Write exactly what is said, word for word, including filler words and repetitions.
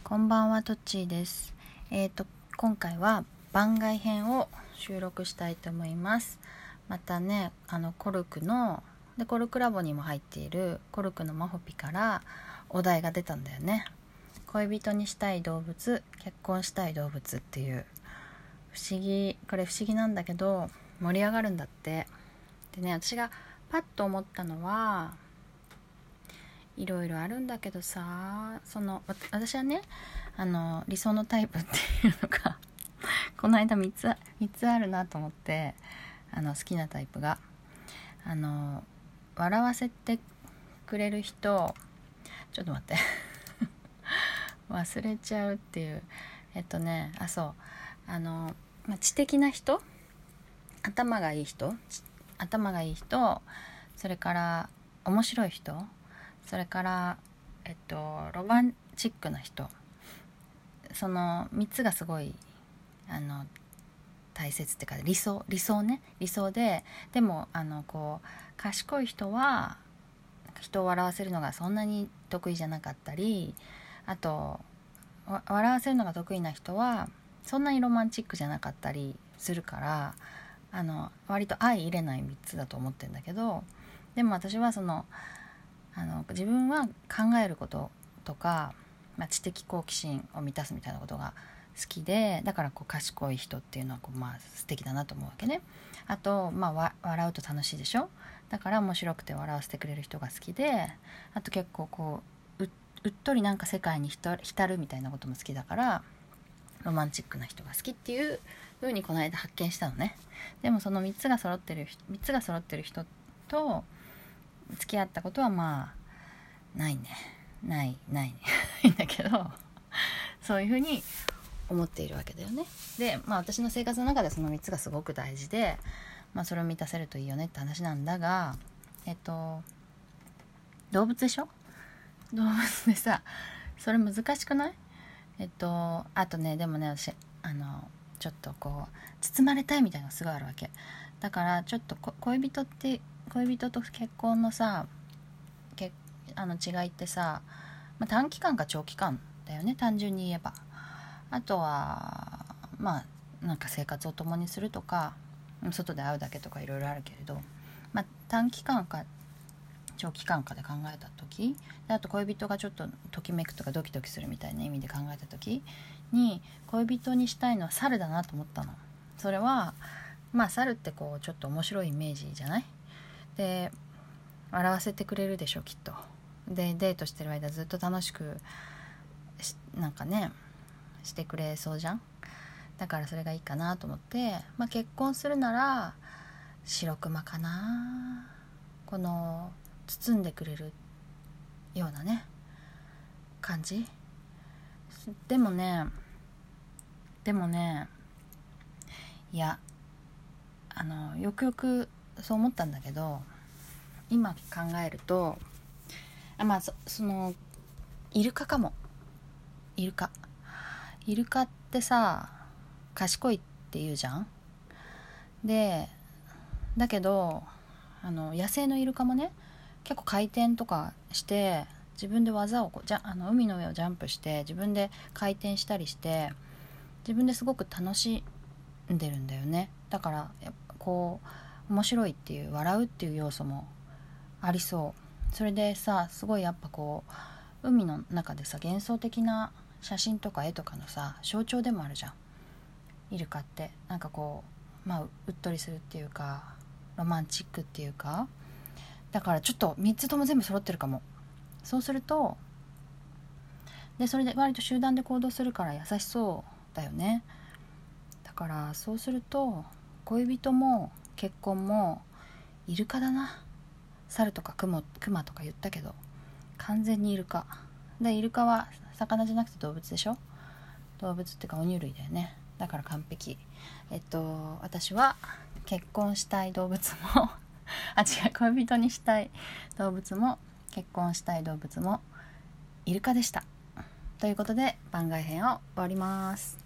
こんばんは、トッチーです。えーと今回は番外編を収録したいと思います。またね、あのコルクのでコルクラボにも入っているコルクのマホピからお題が出たんだよね。恋人にしたい動物、結婚したい動物っていう、不思議これ不思議なんだけど盛り上がるんだって。でね、私がパッと思ったのは、いろいろあるんだけどさ、その私はね、あの理想のタイプっていうのがこの間みっつみっつあるなと思って、あの好きなタイプが、あの笑わせてくれる人、ちょっと待って忘れちゃうっていう、えっとねあそうあの、まあ、知的な人、頭がいい人頭がいい人それから面白い人、それからえっとロマンチックな人、そのみっつがすごいあの大切っていうか、理想理想ね理想で、でもあのこう賢い人は人を笑わせるのがそんなに得意じゃなかったり、あと笑わせるのが得意な人はそんなにロマンチックじゃなかったりするから、あの割と相入れないみっつだと思ってるんだけど、でも私はそのあの自分は考えることとか、まあ、知的好奇心を満たすみたいなことが好きで、だからこう賢い人っていうのはこう、まあ、素敵だなと思うわけね。あと、まあ、わ笑うと楽しいでしょ。だから面白くて笑わせてくれる人が好きで、あと結構こう う, うっとりなんか世界に浸るみたいなことも好きだから、ロマンチックな人が好きっていう風にこの間発見したのね。でもそのみっつが揃ってるみっつが揃ってる人と付き合ったことはまあないねないないねいいんだけど、そういう風に思っているわけだよね。で、まあ私の生活の中でそのみっつがすごく大事で、まあそれを満たせるといいよねって話なんだが、えっと動物でしょ。動物でさ、それ難しくない？えっとあとね、でもね、私あのちょっとこう包まれたいみたいなのがすごいあるわけだから、ちょっと恋人って恋人と結婚のさけあの違いってさ、まあ、短期間か長期間だよね、単純に言えば。あとはまあなんか生活を共にするとか、外で会うだけとかいろいろあるけれど、まあ、短期間か長期間かで考えた時で、あと恋人がちょっとときめくとかドキドキするみたいな意味で考えた時に、恋人にしたいのは猿だなと思ったの。それはまあ猿ってこうちょっと面白いイメージじゃない？で笑わせてくれるでしょきっと。でデートしてる間ずっと楽しくなんかねしてくれそうじゃん。だからそれがいいかなと思って、まあ、結婚するなら白熊かな。この包んでくれるようなね感じ。でもねでもねいやあのよくよくそう思ったんだけど、今考えると、あまあ そ, そのイルカかも。イルカイルカってさ賢いって言うじゃん。でだけどあの野生のイルカもね、結構回転とかして自分で技をこうじゃあの海の上をジャンプして自分で回転したりして自分ですごく楽しんでるんだよね。だからやっぱこう面白いっていう、笑うっていう要素もありそう。それでさ、すごいやっぱこう海の中でさ幻想的な写真とか絵とかのさ象徴でもあるじゃん、イルカって。なんかこうまあうっとりするっていうかロマンチックっていうか、だからちょっとみっつとも全部揃ってるかも。そうするとでそれで割と集団で行動するから優しそうだよね。だからそうすると恋人も結婚もイルカだな。猿とかクモ、クマとか言ったけど完全にイルカで、イルカは魚じゃなくて動物でしょ。動物ってか哺乳類だよね。だから完璧。えっと私は結婚したい動物もあ違う恋人にしたい動物も結婚したい動物もイルカでした。ということで番外編を終わります。